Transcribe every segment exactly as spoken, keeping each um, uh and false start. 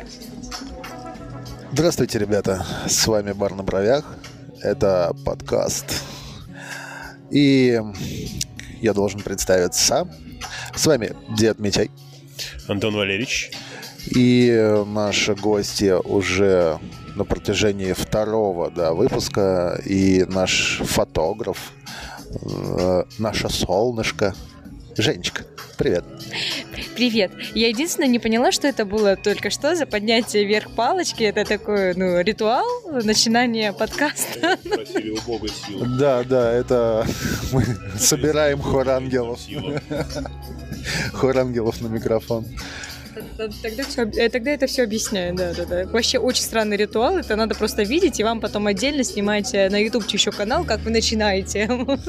Здравствуйте, ребята, с вами Бар на бровях, это подкаст, и я должен представиться. С вами Дед Митяй, Антон Валерьевич и наши гости уже на протяжении второго да, выпуска, и наш фотограф, э, наше солнышко, Женечка. Привет. Привет. Я единственное не поняла, что это было только что за поднятие вверх палочки. Это такой, ну, ритуал начинания подкаста. Просили у Бога силу. Да, да, это мы собираем хор ангелов. Хор ангелов на микрофон. Тогда, все, тогда это все объясняет, да, да, да. Вообще очень странный ритуал, это надо просто видеть, и вам потом отдельно снимать на ютубче еще канал, как вы начинаете.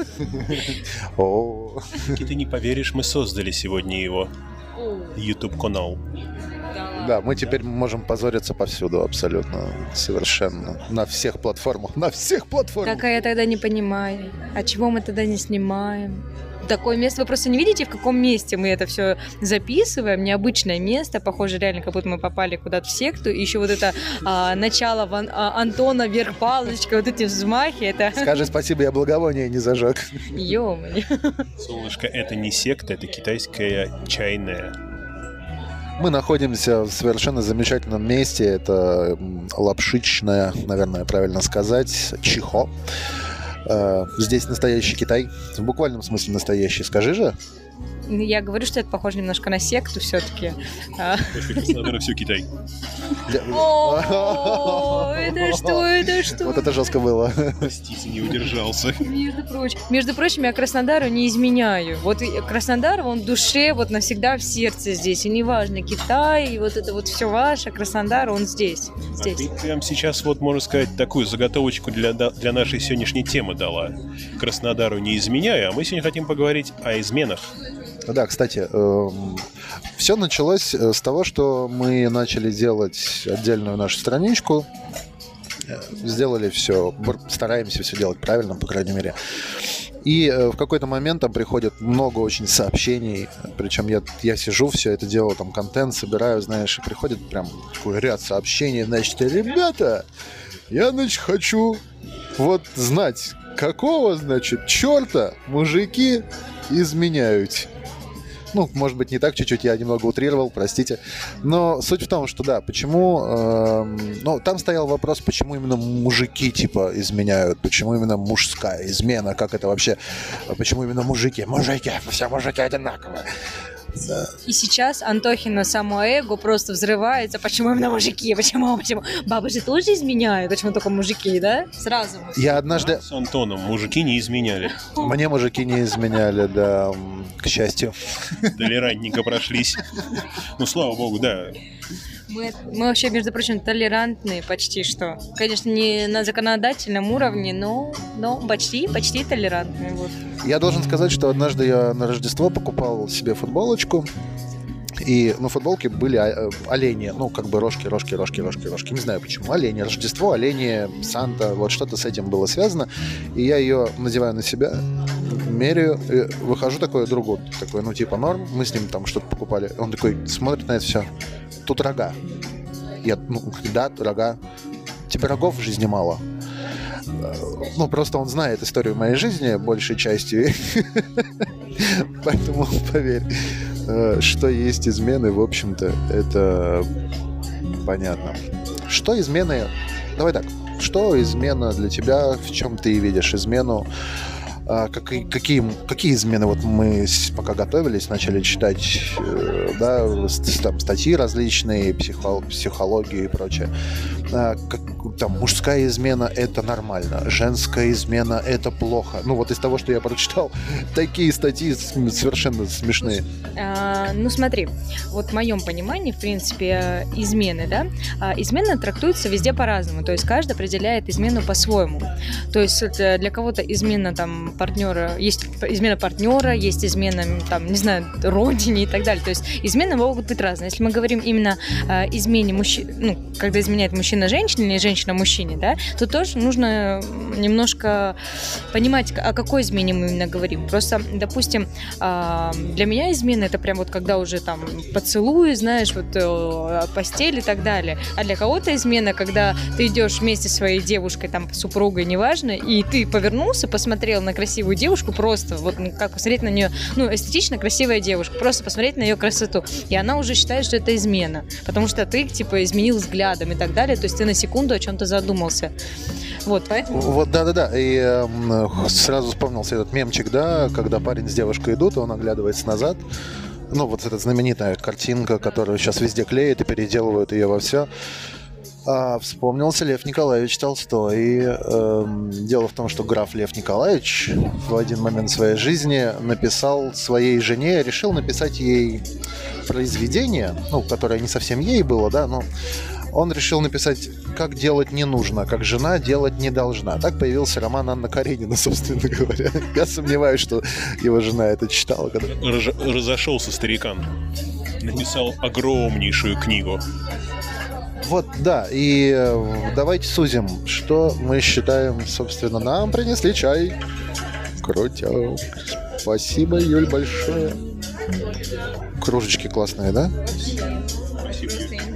О. И ты не поверишь, мы создали сегодня его YouTube-канал. Да, мы теперь можем позориться повсюду абсолютно, совершенно, на всех платформах, на всех платформах. Так, а я тогда не понимаю, а чего мы тогда не снимаем? Такое место, вы просто не видите, в каком месте мы это все записываем, необычное место, похоже реально, как будто мы попали куда-то в секту, и еще вот это а, начало Ван, а, Антона вверх палочка, вот эти взмахи, это... Скажи спасибо, я благовоние не зажег. Ё-моё. Солнышко, это не секта, это китайская чайная. Мы находимся в совершенно замечательном месте, это лапшичная, наверное, правильно сказать, Чихо. Здесь настоящий Китай. В буквальном смысле настоящий. Скажи же. Я говорю, что это похоже немножко на секту все-таки. После Краснодара все Китай. О, это что, это что? Вот это жестко было. Простите, не удержался. Между прочим, между прочим, я Краснодару не изменяю. Вот Краснодар, он в душе, вот навсегда в сердце здесь. И неважно, Китай, и вот это вот все ваше, Краснодар, он здесь. здесь. А ты прямо сейчас, вот, можно сказать, такую заготовочку для, для нашей сегодняшней темы дала. Краснодару не изменяю, а мы сегодня хотим поговорить о изменах. Да, кстати, э, все началось с того, что мы начали делать отдельную нашу страничку. Сделали все, стараемся все делать правильно, по крайней мере. И э, в какой-то момент там приходит много очень сообщений. Причем я, я сижу, все это делаю, там контент собираю, знаешь, и приходит прям такой ряд сообщений. Значит, ребята, я, значит, хочу вот знать, какого, значит, черта мужики изменяют. Ну, может быть, не так чуть-чуть, я немного утрировал, простите. Но суть в том, что да, почему... Э, ну, там стоял вопрос, почему именно мужики, типа, изменяют, почему именно мужская измена, как это вообще... Почему именно мужики? Мужики, все мужики одинаковые. Да. И сейчас Антохина само эго просто взрывается. Почему именно мужики? Почему? Почему? Бабы же тоже изменяют. Почему только мужики, да? Сразу. Я однажды... С Антоном мужики не изменяли. Мне мужики не изменяли, да, к счастью. Толерантненько прошлись. Ну, слава богу, да. Мы, мы вообще, между прочим, толерантные почти что. Конечно, не на законодательном уровне, но, но почти, почти толерантные. Вот. Я должен сказать, что однажды я на Рождество покупал себе футболочку. И на футболке были олени, ну, как бы рожки, рожки, рожки, рожки, рожки. Не знаю почему. Олени, Рождество, олени, Санта, вот что-то с этим было связано. И я ее надеваю на себя, меряю, и выхожу такой другу, такой, ну, типа, норм. Мы с ним там что-то покупали. Он такой смотрит на это все. Тут рога. Я, ну, да, рога. Тебе рогов в жизни мало. Ну, просто он знает историю моей жизни большей частью. Поэтому, поверь, что есть измены, в общем-то, это понятно. Что измены? Давай так. Что измена для тебя? В чем ты видишь измену? А, какие, какие, какие измены? Вот мы пока готовились, начали читать э, да, там, статьи различные, психо, психологию и прочее. А, как, там, мужская измена – это нормально, женская измена – это плохо. Ну вот из того, что я прочитал, такие статьи совершенно смешные. А, ну смотри, вот в моем понимании, в принципе, измены, да, измена трактуется везде по-разному, то есть каждый определяет измену по-своему. То есть для кого-то измена там партнера, есть измена партнера, есть измена, там, не знаю, родине и так далее. То есть измены могут быть разные. Если мы говорим именно о измене мужчины, ну, когда изменяет мужчина женщине или женщина женщина-мужчине, да, то тоже нужно немножко понимать, о какой измене мы именно говорим. Просто, допустим, для меня измена — это прям вот когда уже там поцелуи, знаешь, вот постель и так далее. А для кого-то измена, когда ты идешь вместе со своей девушкой, там, супругой, неважно, и ты повернулся, посмотрел на красивую девушку, просто вот как посмотреть на нее, ну, эстетично красивая девушка, просто посмотреть на ее красоту. И она уже считает, что это измена, потому что ты, типа, изменил взглядом и так далее, то есть ты на секунду о чем-то задумался. Вот, поэтому... Вот, да-да-да, и э, сразу вспомнился этот мемчик, да, когда парень с девушкой идут, он оглядывается назад. Ну, вот эта знаменитая картинка, которую сейчас везде клеят и переделывают ее во все. А, вспомнился Лев Николаевич Толстой. И, э, дело в том, что граф Лев Николаевич в один момент своей жизни написал своей жене, решил написать ей произведение, ну, которое не совсем ей было, да, но он решил написать, как делать не нужно, как жена делать не должна. Так появился роман Анна Каренина, собственно говоря. Я сомневаюсь, что его жена это читала. Когда... Раз- разошелся старикан. Написал огромнейшую книгу. Вот, да, и э, давайте сузим, что мы считаем, собственно, нам принесли чай. Крутяк. Спасибо, Юль, большое. Кружечки классные, да? Спасибо.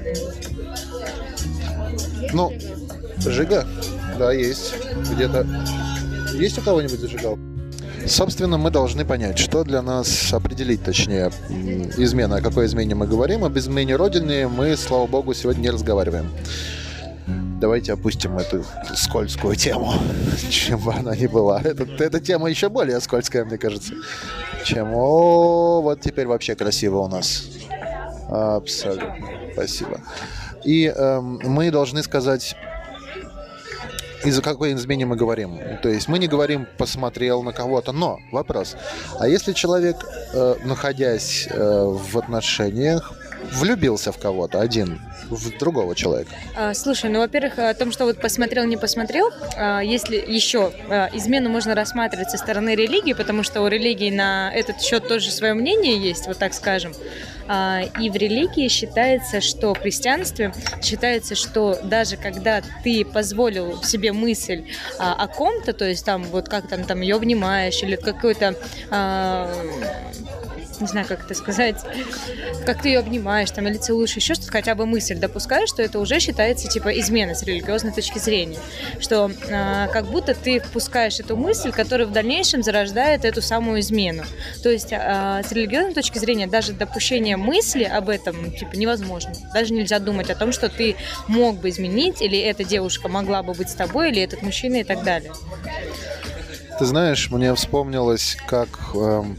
Ну, зажига, да, есть. Где-то есть у кого-нибудь зажигалка? Собственно, мы должны понять, что для нас определить, точнее, измена, о какой измене мы говорим. Об измене Родины мы, слава богу, сегодня не разговариваем. Давайте опустим эту скользкую тему, чем бы она ни была. Эта, эта тема еще более скользкая, мне кажется, чем... О, вот теперь вообще красиво у нас. Абсолютно. Спасибо. И э, мы должны сказать, из-за какой измене мы говорим. То есть мы не говорим «посмотрел на кого-то», но вопрос. А если человек, э, находясь э, в отношениях, влюбился в кого-то один, в другого человека? А, слушай, ну, во-первых, о том, что вот посмотрел, не посмотрел, а, если еще а, измену можно рассматривать со стороны религии, потому что у религии на этот счет тоже свое мнение есть, вот так скажем. А, и в религии считается, что в христианстве считается, что даже когда ты позволил себе мысль а, о ком-то, то есть там вот как там, там ее обнимаешь или какой-то... А, не знаю, как это сказать, как ты ее обнимаешь там, или целуешь, еще что-то, хотя бы мысль допускаешь, что это уже считается типа измена с религиозной точки зрения. Что э, как будто ты впускаешь эту мысль, которая в дальнейшем зарождает эту самую измену. То есть э, с религиозной точки зрения даже допущение мысли об этом типа невозможно. Даже нельзя думать о том, что ты мог бы изменить, или эта девушка могла бы быть с тобой, или этот мужчина и так далее. Ты знаешь, мне вспомнилось, как... Эм...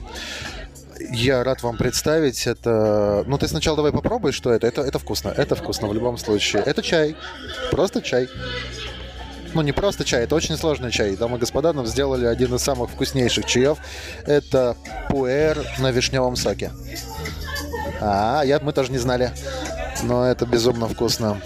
Я рад вам представить. Это... Ну, ты сначала давай попробуй, что это. Это, это вкусно. Это вкусно в любом случае. Это чай. Просто чай. Ну, не просто чай, это очень сложный чай. Дамы и господа, нам сделали один из самых вкуснейших чаев. Это пуэр на вишневом соке. А, я, мы тоже не знали. Но это безумно вкусно.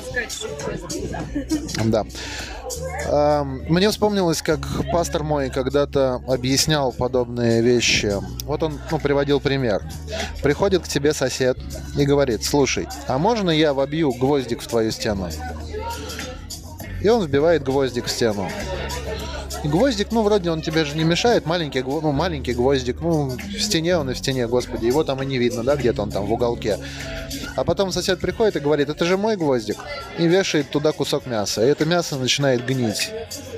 Да. Мне вспомнилось, как пастор мой когда-то объяснял подобные вещи. Вот он, ну, приводил пример. Приходит к тебе сосед и говорит: слушай, а можно я вобью гвоздик в твою стену? И он вбивает гвоздик в стену. И гвоздик, ну, вроде он тебе же не мешает, маленький, ну, маленький гвоздик, ну, в стене он и в стене, господи, его там и не видно, да, где-то он там в уголке. А потом сосед приходит и говорит: это же мой гвоздик, и вешает туда кусок мяса, и это мясо начинает гнить.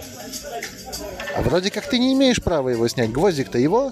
А вроде как ты не имеешь права его снять, гвоздик-то его.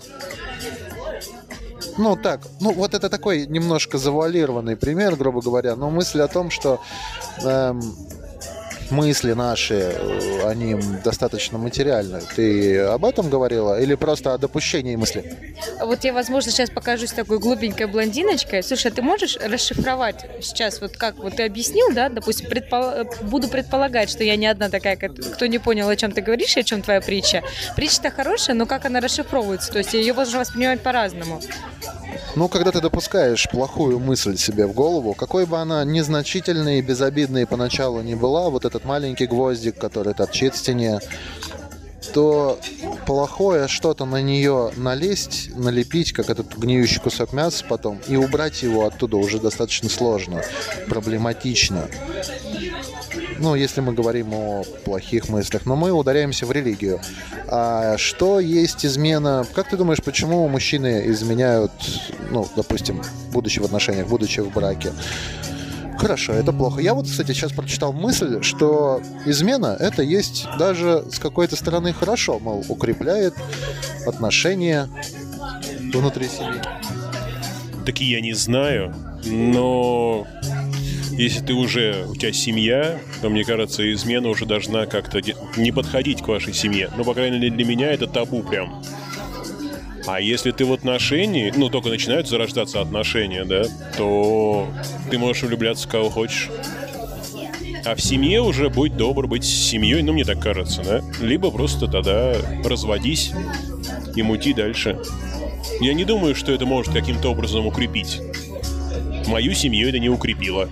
Ну, так, ну, вот это такой немножко завуалированный пример, грубо говоря, но мысль о том, что... Эм, мысли наши, они достаточно материальны. Ты об этом говорила или просто о допущении мысли? Вот я, возможно, сейчас покажусь такой глупенькой блондиночкой. Слушай, а ты можешь расшифровать сейчас, вот как вот ты объяснил, да, допустим, предпол... буду предполагать, что я не одна такая, кто не понял, о чем ты говоришь и о чем твоя притча. Притча-то хорошая, но как она расшифровывается? То есть ее можно воспринимать по-разному. Ну, когда ты допускаешь плохую мысль себе в голову, какой бы она незначительной и безобидной поначалу не была, вот этот маленький гвоздик, который торчит в стене, что плохое что-то на нее налезть, налепить, как этот гниющий кусок мяса потом, и убрать его оттуда уже достаточно сложно, проблематично. Ну, если мы говорим о плохих мыслях. Но мы ударяемся в религию. А что есть измена? Как ты думаешь, почему мужчины изменяют, ну, допустим, будучи в отношениях, будучи в браке? Хорошо, это плохо. Я вот, кстати, сейчас прочитал мысль, что измена — это есть даже с какой-то стороны хорошо. Мол, укрепляет отношения внутри семьи. Так я не знаю, но если ты уже, у тебя семья, то, мне кажется, измена уже должна как-то не подходить к вашей семье. Ну, по крайней мере, для меня это табу прям. А если ты в отношении, ну, только начинают зарождаться отношения, да, то ты можешь влюбляться в кого хочешь. А в семье уже будь добр быть с семьей, ну, мне так кажется, да. Либо просто тогда разводись и мути дальше. Я не думаю, что это может каким-то образом укрепить. Мою семью это не укрепило.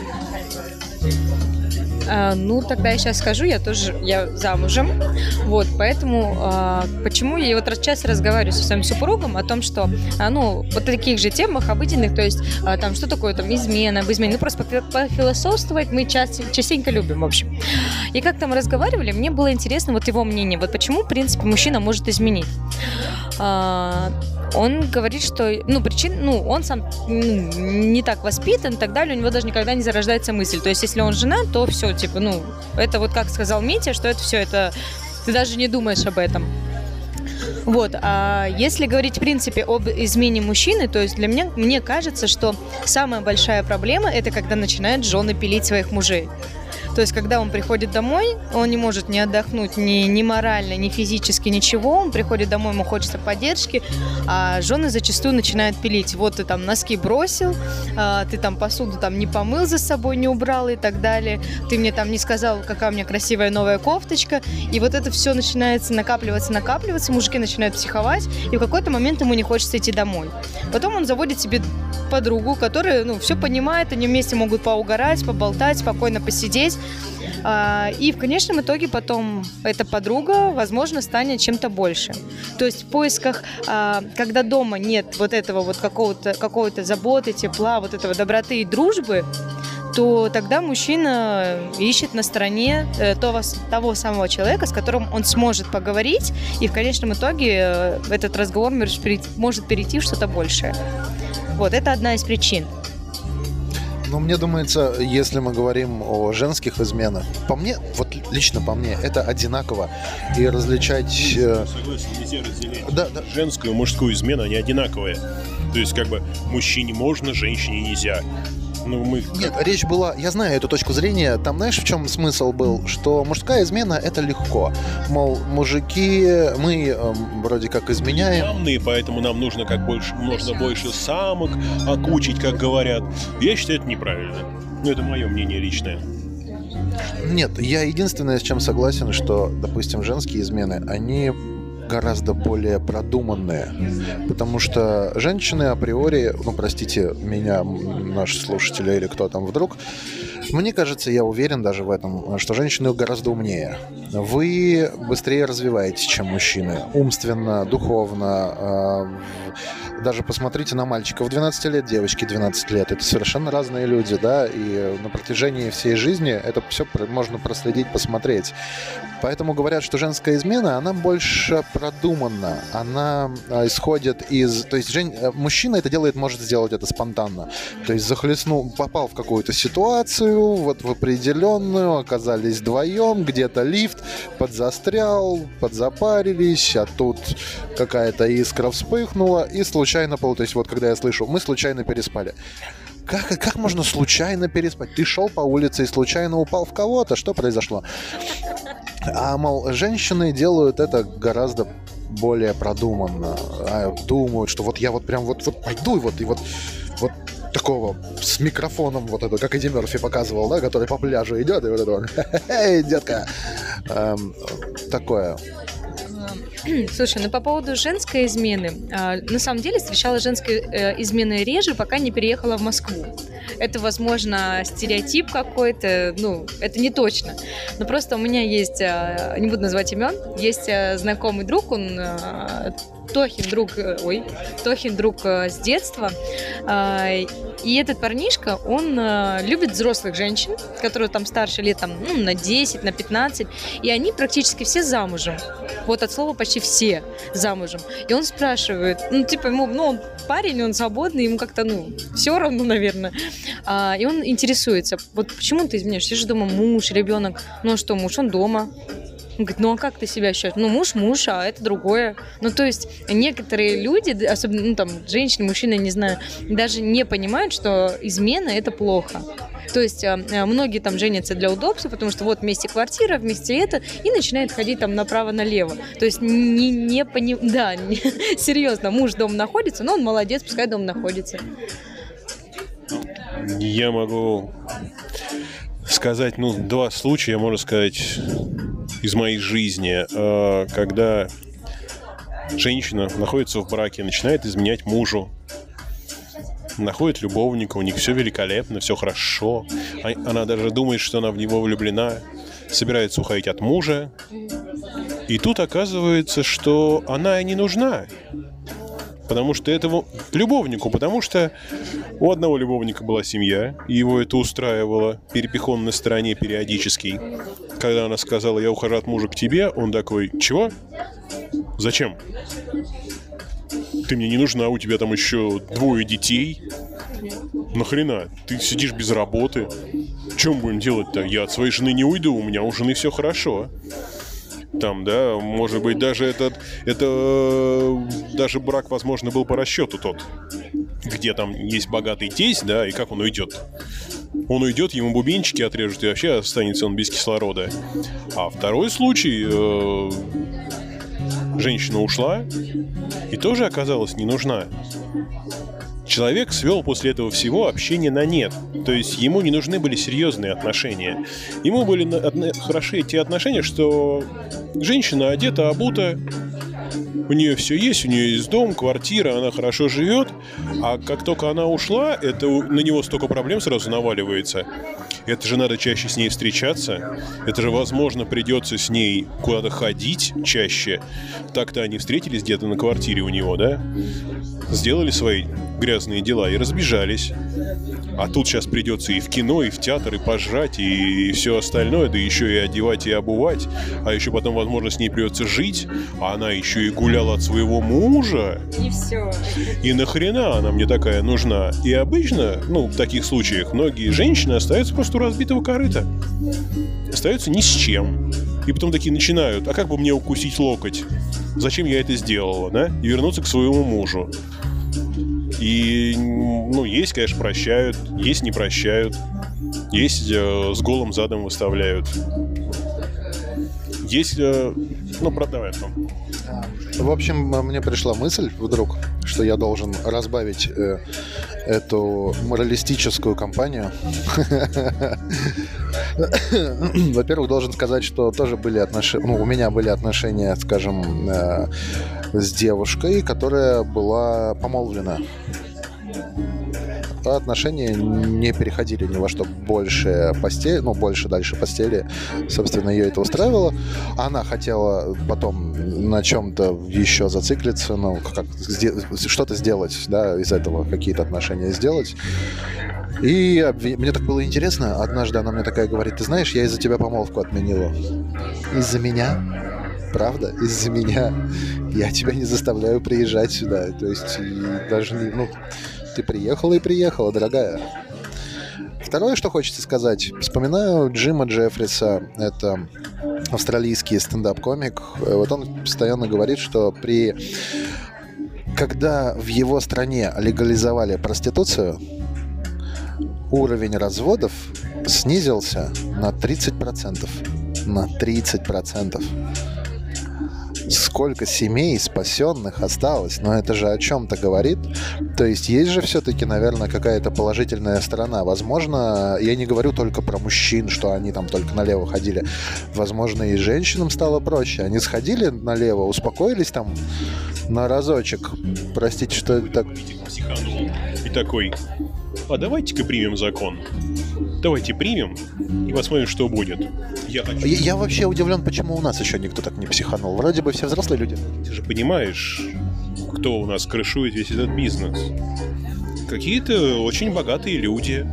А, ну, тогда я сейчас скажу, я тоже, я замужем, вот, поэтому, а, почему я вот часто разговариваю со своим супругом о том, что, а, ну, вот таких же темах обыденных, то есть, а, там, что такое, там, измена, об измене, ну, просто пофилософствовать мы часто, частенько любим, в общем. И как там разговаривали, мне было интересно вот его мнение, вот почему, в принципе, мужчина может изменить. А, он говорит, что, ну, причин, ну, он сам ну, не так воспитан и так далее, у него даже никогда не зарождается мысль. То есть, если он женат, то все, типа, ну, это вот как сказал Митя, что это все, это ты даже не думаешь об этом. Вот, а если говорить, в принципе, об измене мужчины, то есть для меня, мне кажется, что самая большая проблема – это когда начинают жены пилить своих мужей. То есть, когда он приходит домой, он не может ни отдохнуть ни, ни морально, ни физически, ничего. Он приходит домой, ему хочется поддержки, а жены зачастую начинают пилить. Вот ты там носки бросил, а, ты там посуду там не помыл за собой, не убрал и так далее. Ты мне там не сказал, какая у меня красивая новая кофточка. И вот это все начинается накапливаться, накапливаться. Мужики начинают психовать, и в какой-то момент ему не хочется идти домой. Потом он заводит себе подругу, которая, ну, все понимает, они вместе могут поугарать, поболтать, спокойно посидеть. И в конечном итоге потом эта подруга, возможно, станет чем-то больше. То есть в поисках, когда дома нет вот этого вот какого-то, какой-то заботы, тепла, вот этого доброты и дружбы, то тогда мужчина ищет на стороне того, того самого человека, с которым он сможет поговорить, и в конечном итоге этот разговор может перейти в что-то большее. Вот, это одна из причин. Ну, мне думается, если мы говорим о женских изменах, по мне, вот лично по мне, это одинаково. И различать... Э... Согласен, нельзя разделять. Да, да. Женскую и мужскую измену, они одинаковые. То есть, как бы, мужчине можно, женщине нельзя. Ну, мы... Нет, речь была, я знаю эту точку зрения, там знаешь, в чем смысл был? Что мужская измена — это легко. Мол, мужики, мы э, вроде как изменяем. Явные, поэтому нам нужно как больше, можно больше самок окучить, как говорят. Я считаю, это неправильно. Но это мое мнение личное. Нет, я единственное, с чем согласен, что, допустим, женские измены, они гораздо более продуманные, потому что женщины априори, ну, простите меня, наши слушатели или кто там вдруг, мне кажется, я уверен даже в этом, что женщины гораздо умнее. Вы быстрее развиваетесь, чем мужчины, умственно, духовно. Даже посмотрите на мальчиков двенадцать лет, девочки двенадцать лет. Это совершенно разные люди, да, и на протяжении всей жизни это все можно проследить, посмотреть. Поэтому говорят, что женская измена, она больше продуманна, она исходит из... То есть жен... мужчина это делает, может сделать это спонтанно. То есть захлестнул, попал в какую-то ситуацию, вот в определенную, оказались вдвоем, где-то лифт, подзастрял, подзапарились, а тут какая-то искра вспыхнула, и случайно, то есть вот когда я слышу, мы случайно переспали. Как, как можно случайно переспать? Ты шел по улице и случайно упал в кого-то? Что произошло? А, мол, женщины делают это гораздо более продуманно. Думают, что вот я вот прям вот, вот пойду и вот, и вот, вот такого с микрофоном, вот это, как Эдди Мерфи показывал, да, который по пляжу идет, и вот это вот, эй, детка, эм, такое. Слушай, ну по поводу женской измены, на самом деле встречала женской измены реже, пока не переехала в Москву. это, возможно, стереотип какой-то, ну, это не точно. Но просто у меня есть, не буду называть имен, есть знакомый друг, он Тохин друг, ой, Тохин друг с детства, и этот парнишка, он любит взрослых женщин, которые там старше лет там, ну, на десять, на пятнадцать, и они практически все замужем. Вот от слова почти все замужем. И он спрашивает, ну, типа, ему, ну, он парень, он свободный, ему как-то, ну, все равно, наверное. А, и он интересуется, вот почему ты изменяешь? Я же дома муж, ребенок. Ну, а что, муж, он дома. Он говорит, ну а как ты себя ощущаешь? Ну, муж, муж, а это другое. Ну, то есть некоторые люди, особенно, ну, там, женщины, мужчины, не знаю, даже не понимают, что измена – это плохо. То есть многие там женятся для удобства, потому что вот вместе квартира, вместе это, и начинают ходить там направо-налево. То есть не, не пони... да, не... серьезно, муж дома находится, но он молодец, пускай дома находится. Я могу сказать, ну, два случая, можно сказать, из моей жизни, когда женщина находится в браке, начинает изменять мужу, находит любовника, у них все великолепно, все хорошо. Она даже думает, что она в него влюблена, собирается уходить от мужа. И тут оказывается, что она и не нужна. Потому что этому любовнику, потому что у одного любовника была семья, и его это устраивало, перепихон на стороне периодический. Когда она сказала, я ухожу от мужа к тебе, он такой, чего? Зачем? Ты мне не нужна, у тебя там еще двое детей. Нахрена? Ты сидишь без работы. Чем будем делать-то? Я от своей жены не уйду, у меня у жены все хорошо. Там, да, может быть, даже этот, это, даже брак, возможно, был по расчету тот, где там есть богатый тесть, да, и как он уйдет. Он уйдет, ему бубенчики отрежут, и вообще останется он без кислорода. А второй случай, э, женщина ушла и тоже оказалась не нужна. Человек свел после этого всего общение на нет. То есть ему не нужны были серьезные отношения. Ему были хороши те отношения, что женщина одета, обута, у нее все есть, у нее есть дом, квартира, она хорошо живет. А как только она ушла, это на него столько проблем сразу наваливается. Это же надо чаще с ней встречаться. Это же, возможно, придется с ней куда-то ходить чаще. Так-то они встретились где-то на квартире у него, да? Сделали свои грязные дела и разбежались. А тут сейчас придется и в кино, и в театр, и пожрать, и все остальное, да еще и одевать, и обувать. А еще потом, возможно, с ней придется жить. А она еще и гуляла от своего мужа. И все. И нахрена она мне такая нужна? И обычно, ну, в таких случаях, многие женщины остаются просто у разбитого корыта. Остаются ни с чем. И потом такие начинают, а как бы мне укусить локоть? Зачем я это сделала, да? И вернуться к своему мужу. И, ну, есть, конечно, прощают, есть не прощают, есть э, с голым задом выставляют. Есть, э, ну, продавай там. В общем, мне пришла мысль вдруг, что я должен разбавить э, эту моралистическую кампанию. Во-первых, должен сказать, что тоже были отношения, ну, у меня были отношения, скажем, э, с девушкой, которая была помолвлена. Отношения не переходили ни во что больше постели, ну, больше дальше постели. Собственно, ее это устраивало. Она хотела потом на чем-то еще зациклиться, ну, как, что-то сделать, да, из этого какие-то отношения сделать. И обв... мне так было интересно. Однажды она мне такая говорит, ты знаешь, я из-за тебя помолвку отменила. Из-за меня? Правда? Из-за меня. Я тебя не заставляю приезжать сюда. То есть даже не... Ну, ты приехала и приехала, дорогая. Второе, что хочется сказать. Вспоминаю Джима Джеффриса. Это австралийский стендап-комик. Вот он постоянно говорит, что при... когда в его стране легализовали проституцию, уровень разводов снизился на тридцать процентов. На тридцать процентов. Сколько семей спасенных осталось, но это же о чем-то говорит. То есть есть же все-таки, наверное, какая-то положительная сторона. Возможно, я не говорю только про мужчин, что они там только налево ходили. Возможно, и женщинам стало проще. Они сходили налево, успокоились там на разочек. Простите, что это так... И такой, а давайте-ка примем закон. Давайте примем и посмотрим, что будет. Я хочу. Я, я вообще удивлен, почему у нас еще никто так не психанул. Вроде бы все взрослые люди. Ты же понимаешь, кто у нас крышует весь этот бизнес. Какие-то очень богатые люди.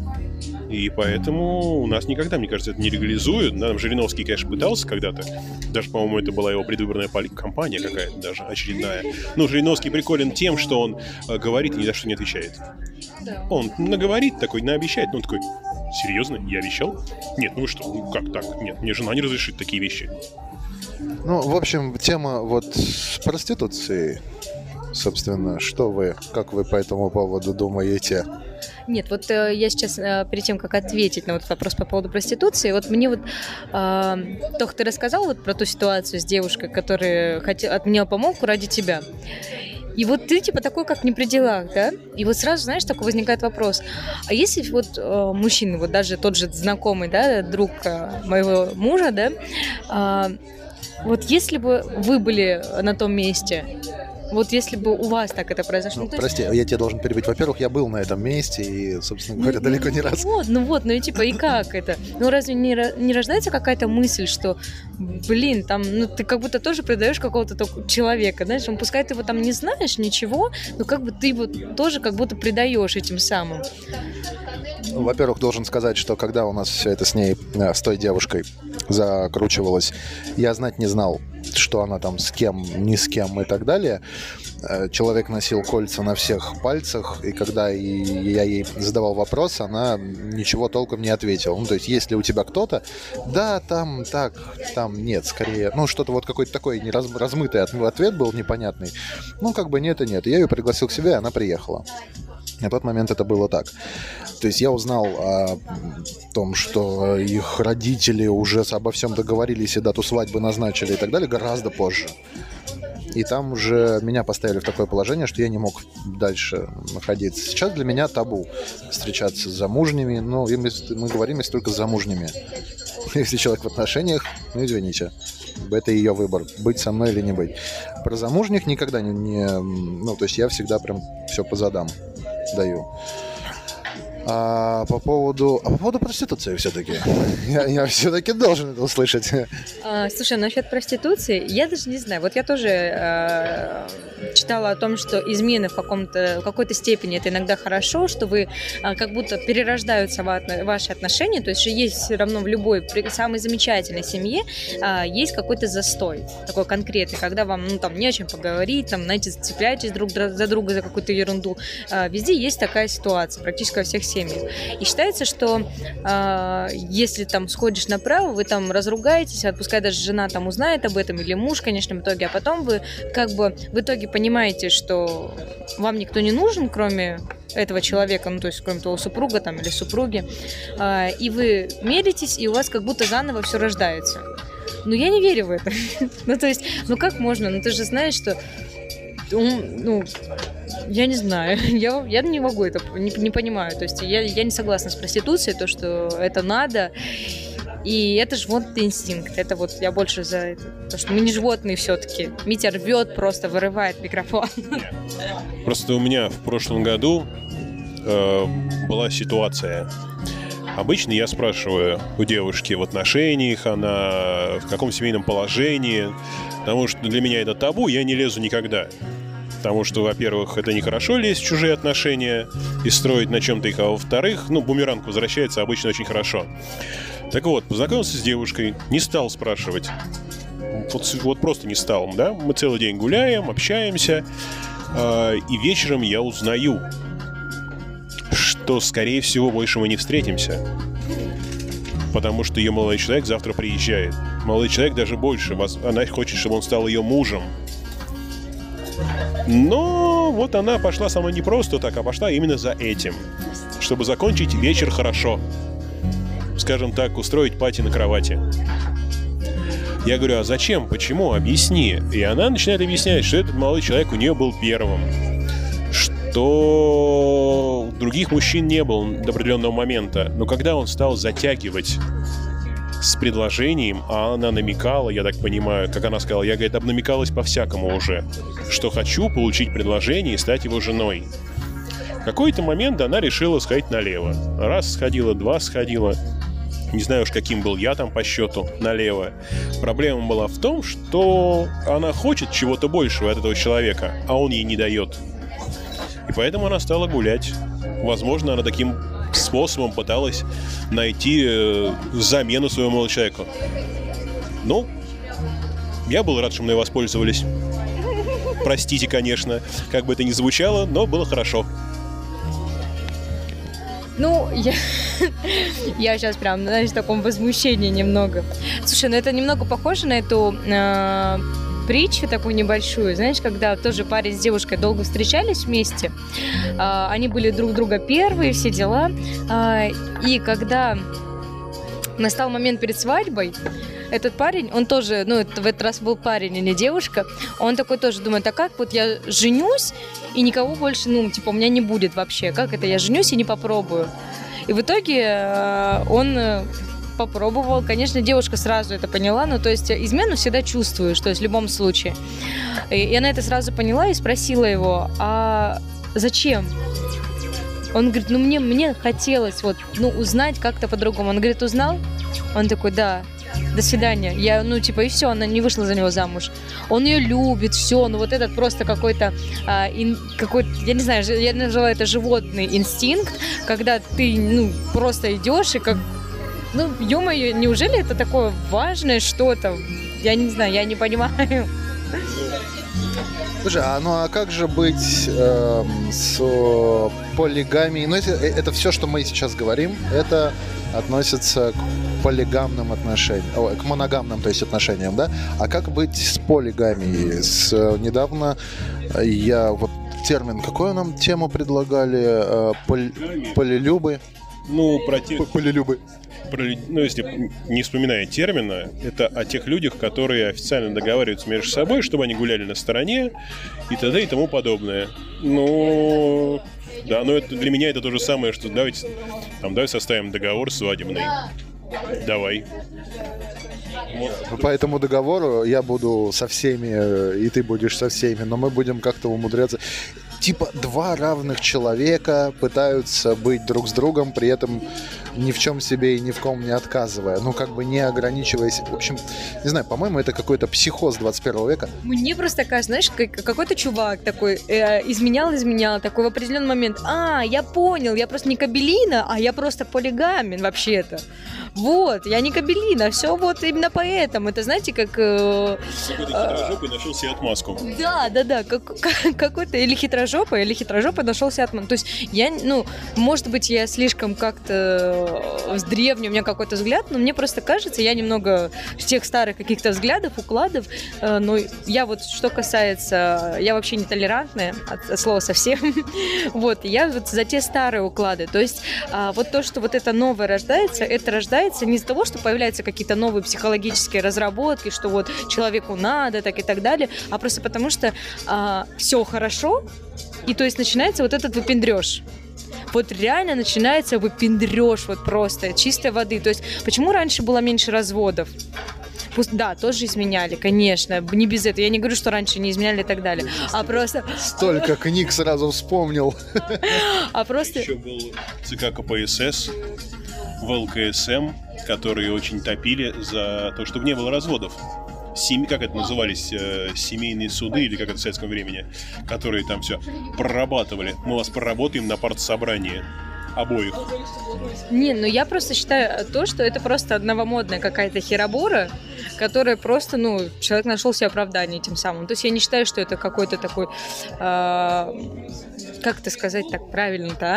И поэтому у нас никогда, мне кажется, это не легализуют. Да, Жириновский, конечно, пытался когда-то. Даже, по-моему, это была его предвыборная кампания какая-то даже очередная. Ну, Жириновский приколен тем, что он э, говорит и ни за что не отвечает. Да. Он наговорит такой, наобещает, но он такой: серьезно? Я обещал? Нет, ну вы что, ну как так? Нет, мне жена не разрешит такие вещи. Ну, в общем, тема вот с проституцией, собственно, что вы, как вы по этому поводу думаете? Нет, вот э, я сейчас, э, перед тем, как ответить на вот вопрос по поводу проституции, вот мне вот, э, Тох, ты рассказал вот про ту ситуацию с девушкой, которая хотела, отменила помолвку ради тебя. И вот ты типа такой, как не при делах, да? И вот сразу, знаешь, такой возникает вопрос. А если вот э, мужчина, вот даже тот же знакомый, да, друг э, моего мужа, да, э, вот если бы вы были на том месте, вот если бы у вас так это произошло... Ну, ну, прости, есть... я тебя должен перебить. Во-первых, я был на этом месте и, собственно говоря, ну, далеко не ну, раз. Вот, ну вот, ну и типа, и как это? Ну разве не, не рождается какая-то мысль, что, блин, там, ну ты как будто тоже предаешь какого-то человека, знаешь, он, пускай ты его там не знаешь, ничего, но как бы ты его тоже как будто предаешь этим самым. Во-первых, должен сказать, что когда у нас все это с ней, с той девушкой закручивалось, я знать не знал, что она там с кем, ни с кем и так далее. Человек носил кольца на всех пальцах, и когда я ей задавал вопрос, она ничего толком не ответила. Ну, то есть, есть ли у тебя кто-то? Да, там, так, там нет, скорее. Ну, что-то вот какой-то такой не раз, размытый ответ был, непонятный. Ну, как бы нет и нет. Я ее пригласил к себе, и она приехала. На тот момент это было так. То есть я узнал о том, что их родители уже обо всем договорились и дату свадьбы назначили и так далее, гораздо позже. И там уже меня поставили в такое положение, что я не мог дальше находиться. Сейчас для меня табу встречаться с замужними. Ну, мы говорим, если только с замужними. Если человек в отношениях, ну, извините. Это ее выбор, быть со мной или не быть. Про замужних никогда не... не ну, то есть я всегда прям все по задам даю. А по поводу, а по поводу проституции все-таки. Я, я все-таки должен это услышать. А, слушай, насчет проституции, я даже не знаю. Вот я тоже э, читала о том, что измены в, каком-то, в какой-то степени это иногда хорошо, что вы э, как будто перерождаются ваши отношения. То есть есть все равно в любой, при самой замечательной семье э, есть какой-то застой, такой конкретный, когда вам ну, там, не о чем поговорить, там, знаете, цепляетесь друг за друга за какую-то ерунду. Э, везде есть такая ситуация, практически во всех семьях. И считается, что э, если там сходишь направо, вы там разругаетесь, пускай даже жена там узнает об этом, или муж, конечно, в итоге, а потом вы как бы в итоге понимаете, что вам никто не нужен, кроме этого человека, ну то есть кроме того супруга там или супруги, э, и вы миритесь, и у вас как будто заново все рождается. Но я не верю в это. Ну то есть, ну как можно? Ну ты же знаешь, что ну, я не знаю, я, я не могу это, не, не понимаю, то есть я, я не согласна с проституцией, то, что это надо, и это же вот инстинкт, это вот я больше за это, то, что мы не животные все-таки, Митя рвет, просто вырывает микрофон. Просто у меня в прошлом году э, была ситуация. Обычно я спрашиваю у девушки в отношениях, она в каком семейном положении, потому что для меня это табу, я не лезу никогда. Потому что, во-первых, это нехорошо лезть в чужие отношения и строить на чем-то их, а во-вторых, ну, бумеранг возвращается обычно очень хорошо. Так вот, познакомился с девушкой, не стал спрашивать. Вот, вот просто не стал, да? Мы целый день гуляем, общаемся, э, и вечером я узнаю, что, скорее всего, больше мы не встретимся. Потому что ее молодой человек завтра приезжает. Молодой человек даже больше. Она хочет, чтобы он стал ее мужем. Но вот она пошла со мной не просто так, а пошла именно за этим. Чтобы закончить вечер хорошо. Скажем так, устроить пати на кровати. Я говорю, а зачем? Почему? Объясни. И она начинает объяснять, что этот молодой человек у нее был первым. Что других мужчин не было до определенного момента. Но когда он стал затягивать с предложением, а она намекала, я так понимаю, как она сказала, я, говорит, обнамекалась по-всякому уже, что хочу получить предложение и стать его женой. какой-то момент она решила сходить налево. Раз сходила, два сходила. Не знаю уж, каким был я там по счету налево. Проблема была в том, что она хочет чего-то большего от этого человека, а он ей не дает. И поэтому она стала гулять. Возможно, она таким способом пыталась найти э, замену своему молодому человеку. Ну, я был рад, что мной воспользовались. Простите, конечно, как бы это ни звучало, но было хорошо. Ну, я, я сейчас прям, знаешь, в таком возмущении немного. Слушай, ну это немного похоже на эту э, притчу такую небольшую, знаешь, когда тоже парень с девушкой долго встречались вместе, э, они были друг друга первые, все дела, э, и когда настал момент перед свадьбой, этот парень, он тоже, ну, это, в этот раз был парень, а не девушка, он такой тоже думает, а как вот я женюсь, и никого больше, ну, типа, у меня не будет вообще, как это, я женюсь и не попробую. И в итоге э, он попробовал, конечно, девушка сразу это поняла, ну, то есть измену всегда чувствуешь, то есть в любом случае. И, и она это сразу поняла и спросила его, а зачем? Он говорит, ну, мне, мне хотелось вот, ну, узнать как-то по-другому. Он говорит, узнал? Он такой, да. До свидания. Я, ну, типа, и все, она не вышла за него замуж. Он ее любит, все, ну, вот этот просто какой-то, а, ин, какой-то, я не знаю, я называю это животный инстинкт, когда ты, ну, просто идешь и как, ну, ё-моё, неужели это такое важное что-то? Я не знаю, я не понимаю. Слушай, а ну а как же быть э, с полигамией? Ну, это, это все, что мы сейчас говорим, это относится к полигамным отношениям, о, к моногамным, то есть отношениям, да? А как быть с полигамией? С, недавно я вот термин, какую нам тему предлагали? Поль, полилюбы? Ну, про те... Полилюбы. Про, ну, если не вспоминая термина, это о тех людях, которые официально договариваются между собой, чтобы они гуляли на стороне и т.д. и тому подобное. Ну, да, но это, для меня это то же самое, что давайте, там, давай составим договор свадебный. Давай. По этому договору я буду со всеми, и ты будешь со всеми, но мы будем как-то умудряться. Типа два равных человека пытаются быть друг с другом, при этом ни в чем себе и ни в ком не отказывая. Ну, как бы не ограничиваясь. В общем, не знаю, по-моему, это какой-то психоз двадцать первого века. Мне просто кажется, знаешь, какой-то чувак такой э, изменял, изменял, такой в определенный момент. А, я понял, я просто не кабелина, а я просто полигамен вообще-то. Вот, я не кабелина, все вот именно поэтому. Это, знаете, как... Э, какой-то хитрожопый нашел себе отмазку. Да, да, да, как, какой-то или хитрожопый, или хитрожопый нашелся отмазку. То есть я, ну, может быть, я слишком как-то древний, у меня какой-то взгляд, но мне просто кажется, я немного тех старых каких-то взглядов, укладов, э, но я вот, что касается, я вообще нетолерантная, от, от слова совсем, вот, я вот за те старые уклады, то есть э, вот то, что вот это новое рождается, это рождается не из-за того, что появляются какие-то новые психологические разработки, что вот человеку надо, так и так далее, а просто потому что э, все хорошо, и то есть начинается вот этот выпендрёж. Вот реально начинается выпендрёж, вот просто чистой воды. То есть почему раньше было меньше разводов? Пусть, да, тоже изменяли, конечно, не без этого. Я не говорю, что раньше не изменяли и так далее. А просто... Столько книг сразу вспомнил. А просто... Еще был ЦК КПСС, ВЛКСМ, которые очень топили за то, чтобы не было разводов. Семи, как это назывались, э, семейные суды, или как это в советском времени, которые там все прорабатывали. Мы вас проработаем на партсобрании. Обоих. Не, ну я просто считаю то, что это просто новомодная какая-то херобора, которая просто, ну, человек нашел себе оправдание тем самым. То есть я не считаю, что это какой-то такой, э, как это сказать так правильно-то,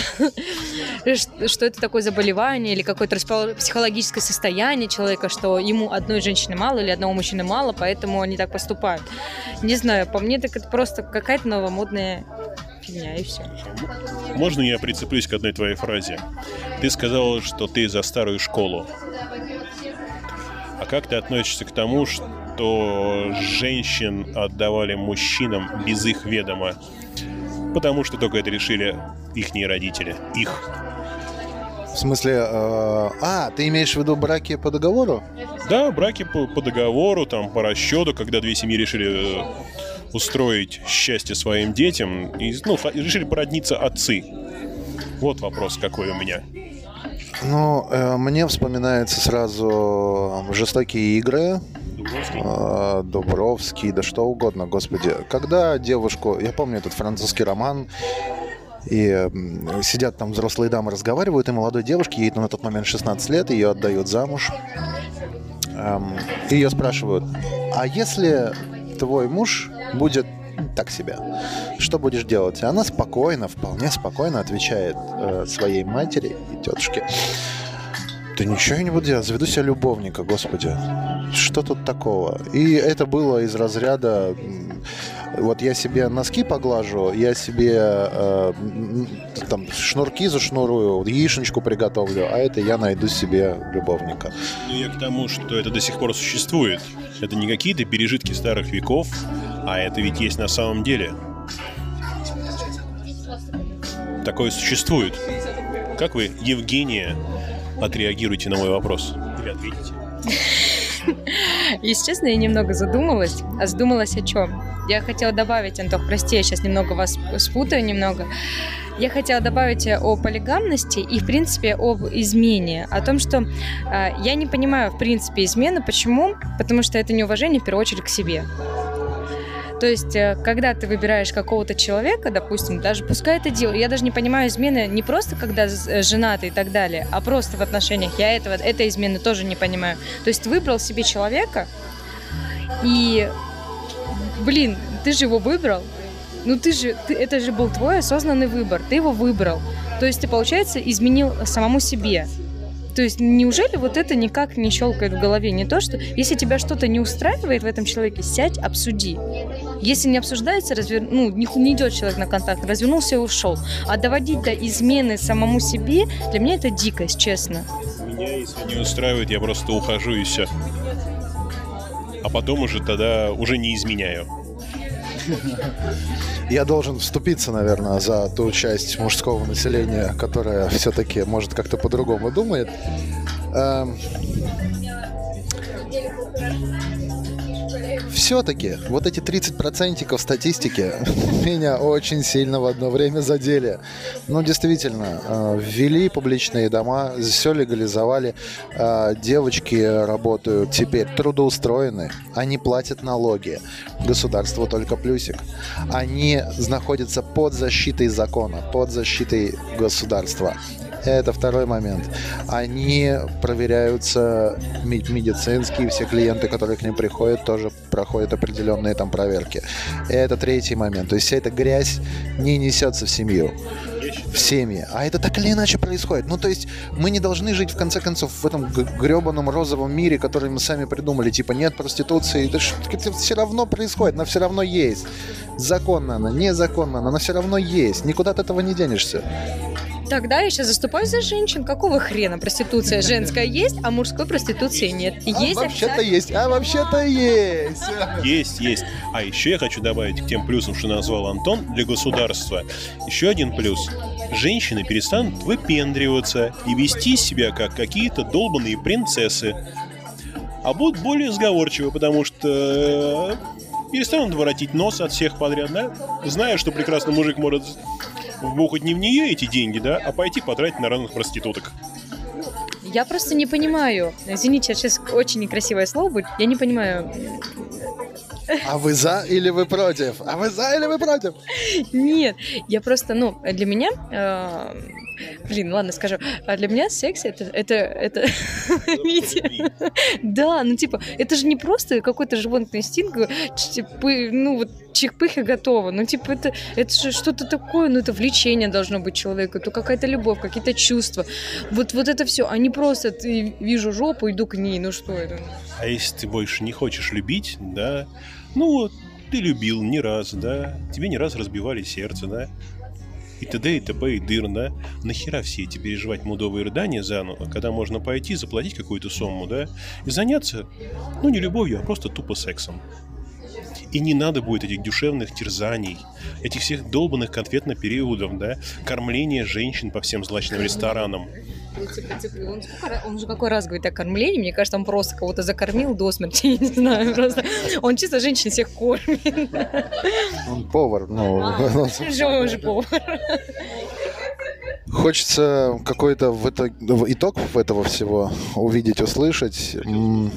а? Что это такое заболевание или какое-то психологическое состояние человека, что ему одной женщины мало или одного мужчины мало, поэтому они так поступают. Не знаю, по мне так это просто какая-то новомодная фигня, и все. Можно я прицеплюсь к одной твоей фразе? Ты сказала, что ты за старую школу. А как ты относишься к тому, что женщин отдавали мужчинам без их ведома? Потому что только это решили ихние родители. Их. В смысле, э, а, ты имеешь в виду браки по договору? Да, браки по, по договору, там, по расчету, когда две семьи решили устроить счастье своим детям, и, ну, решили породниться отцы. Вот вопрос какой у меня. Ну, э, мне вспоминается сразу «Жестокие игры», Дубровский? э, Дубровский, да что угодно, господи. Когда девушку, я помню этот французский роман, и м, сидят там взрослые дамы, разговаривают, и молодой девушке, ей на тот момент шестнадцать лет, ее отдают замуж. Эм, и ее спрашивают, а если твой муж будет так себе, что будешь делать? И она спокойно, вполне спокойно отвечает э, своей матери и тетушке: да ничего я не буду делать, заведу себе любовника, господи. Что тут такого? И это было из разряда: вот я себе носки поглажу, я себе э, там шнурки зашнурую, яичничку приготовлю, а это я найду себе любовника. Ну, я к тому, что это до сих пор существует. Это не какие-то пережитки старых веков, а это ведь есть на самом деле. Такое существует. Как вы, Евгения, отреагируете на мой вопрос? Или ответите? Если честно, я немного задумалась. А задумалась о чем? Я хотела добавить, Антох, прости, я сейчас немного вас спутаю немного. Я хотела добавить о полигамности и, в принципе, об измене. О том, что э, я не понимаю, в принципе, измены. Почему? Потому что это неуважение, в первую очередь, к себе. То есть, э, когда ты выбираешь какого-то человека, допустим, даже пускай это дело, я даже не понимаю измены не просто, когда женаты и так далее, а просто в отношениях. Я этого, этой измены тоже не понимаю. То есть, выбрал себе человека, и, блин, ты же его выбрал. Ну ты же, ты, это же был твой осознанный выбор, ты его выбрал. То есть ты, получается, изменил самому себе. То есть неужели вот это никак не щелкает в голове? Не то, что если тебя что-то не устраивает в этом человеке, сядь, обсуди. Если не обсуждается, развер... ну, не, не идет человек на контакт, развернулся и ушел. А доводить до измены самому себе, для меня это дикость, честно. Меня, если не устраивает, я просто ухожу и все. А потом уже тогда уже не изменяю. Я должен вступиться, наверное, за ту часть мужского населения, которая все-таки, может, как-то по-другому думает. Эм... Все-таки вот эти тридцать процентов статистики меня очень сильно в одно время задели. Ну, действительно, ввели публичные дома, все легализовали. Девочки работают теперь трудоустроены, они платят налоги. Государству только плюсик. Они находятся под защитой закона, под защитой государства. Это второй момент. Они проверяются медицинские, все клиенты, которые к ним приходят, тоже проходят определенные там проверки. Это третий момент. То есть вся эта грязь не несется в семью, в семьи. А это так или иначе происходит. Ну, то есть мы не должны жить, в конце концов, в этом гребаном розовом мире, который мы сами придумали. Типа нет проституции. Это, это все равно происходит, она все равно есть. Законно она, незаконно она, она все равно есть. Никуда от этого не денешься. Тогда я сейчас заступаю за женщин. Какого хрена проституция женская есть, а мужской проституции нет? А есть вообще-то официально... есть, а вообще-то есть. Есть, есть. А еще я хочу добавить к тем плюсам, что назвал Антон, для государства. Еще один плюс. Женщины перестанут выпендриваться и вести себя как какие-то долбаные принцессы. А будут более сговорчивы, потому что перестанут воротить нос от всех подряд, да? Зная, что прекрасный мужик может вбухать не в нее эти деньги, да, а пойти потратить на разных проституток. Я просто не понимаю. Извините, сейчас очень некрасивое слово будет. Я не понимаю. А вы за или вы против? А вы за или вы против? Нет, я просто, ну, для меня... Э, блин, ладно, скажу. А для меня секс это... это, это да, ну, типа, это же не просто какой-то животный инстинкт, ну, вот, чих-пых и готово. Ну, типа, это, это же что-то такое, ну, это влечение должно быть человеку, это какая-то любовь, какие-то чувства. Вот, вот это все, а не просто ты вижу жопу, иду к ней, ну, что это? А если ты больше не хочешь любить, да, ну, вот, ты любил не раз, да, тебе не раз разбивали сердце, да, и т.д. и т.п. и дыр, да, нахера все эти переживать мудовые рыдания заново, когда можно пойти, заплатить какую-то сумму, да, и заняться, ну, не любовью, а просто тупо сексом. И не надо будет этих душевных терзаний, этих всех долбанных конфетных периодов, да, кормления женщин по всем злачным ресторанам. Типа, типа, он, сколько раз- он уже какой раз говорит о кормлении, мне кажется, он просто кого-то закормил до смерти, я не знаю, просто. Он чисто женщин всех кормит. Он повар, ну... А, же он уже повар. Хочется какой-то в итог, в итог этого всего увидеть, услышать. М,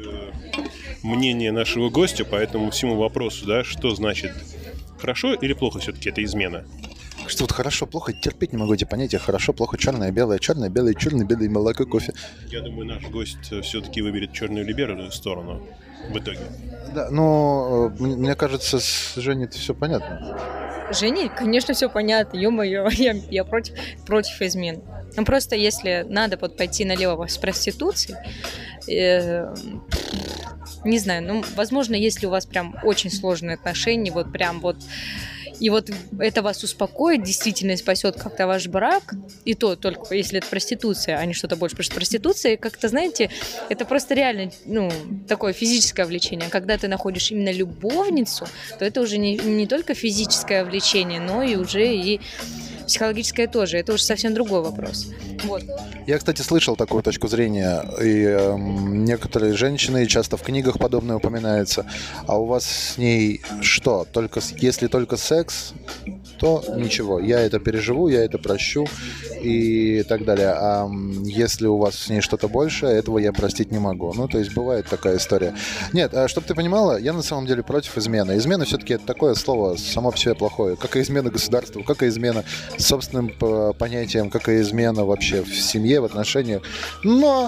Мнение нашего гостя по этому всему вопросу, да, что значит хорошо или плохо все-таки это измена? Что вот хорошо, плохо, терпеть не могу эти понятия. Хорошо, плохо, черное, белое, черное, белое, черное, белое, молоко, кофе. Я думаю, наш гость все-таки выберет черную или белую сторону в итоге. Да, но э, мне мне кажется, с Женей это все понятно. Жене, конечно, все понятно, ё-моё, я, я против, против измен. Ну, просто если надо вот пойти налево с проституцией, э, не знаю, ну, возможно, если у вас прям очень сложные отношения, вот прям вот, и вот это вас успокоит, действительно спасет как-то ваш брак, и то только если это проституция, а не что-то больше. Потому что проституция, как-то, знаете, это просто реально, ну, такое физическое влечение. Когда ты находишь именно любовницу, то это уже не, не только физическое влечение, но и уже и психологическое тоже. Это уже совсем другой вопрос. Вот. Я, кстати, слышал такую точку зрения, и эм, некоторые женщины, часто в книгах подобное упоминается, а у вас с ней что? Только, с- если только секс, то ничего, я это переживу, я это прощу и так далее. А м, если у вас с ней что-то больше, этого я простить не могу. Ну, то есть бывает такая история. Нет, чтобы ты понимала, я на самом деле против измены. Измена все-таки это такое слово само по себе плохое. Как и измена государству, как и измена собственным п- понятием, как и измена вообще в семье, в отношениях. Но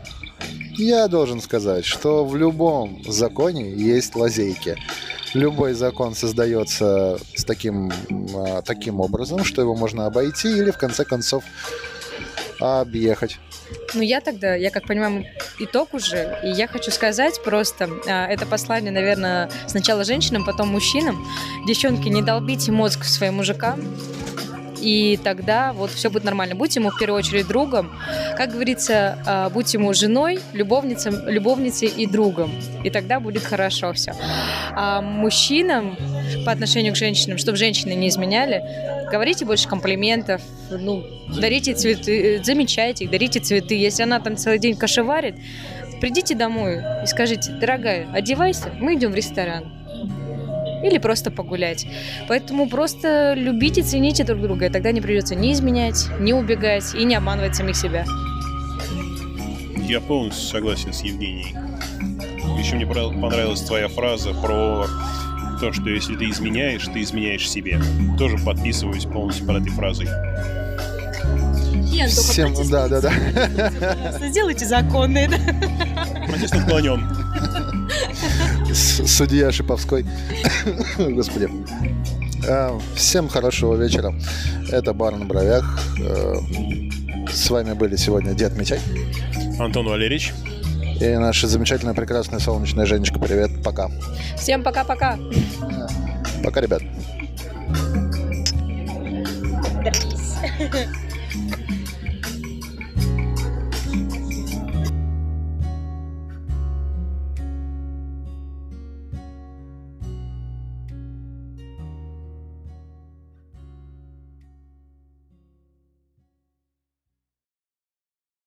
я должен сказать, что в любом законе есть лазейки. Любой закон создается с таким, а, таким образом, что его можно обойти или в конце концов объехать. Ну, я тогда, я как понимаю, итог уже, и я хочу сказать просто, а, это послание, наверное, сначала женщинам, потом мужчинам. Девчонки, не долбите мозг своим мужикам, и тогда вот все будет нормально. Будь ему в первую очередь другом, как говорится, а, будь ему женой, любовницей, любовницей и другом, и тогда будет хорошо все. А мужчинам по отношению к женщинам, чтобы женщины не изменяли, говорите больше комплиментов, ну, дарите цветы, э, замечайте их, дарите цветы. Если она там целый день кашеварит, придите домой и скажите: дорогая, одевайся, мы идем в ресторан. Или просто погулять. Поэтому просто любите, цените друг друга, и тогда не придется ни изменять, ни убегать и не обманывать самих себя. Я полностью согласен с Евгенией. Еще мне пора- понравилась твоя фраза про то, что если ты изменяешь, ты изменяешь себе. Тоже подписываюсь полностью под этой фразой. Всем, да, да, да. Сделайте законные, да? Протест отклонен. С- Судья Шиповской. Господи. А, Всем хорошего вечера. Это бар на бровях. Э, С вами были сегодня Дед Митяй Антон Валерьевич. и наша замечательная, прекрасная солнечная Женечка. Привет, пока. Всем пока-пока. Пока, ребят. Дрались.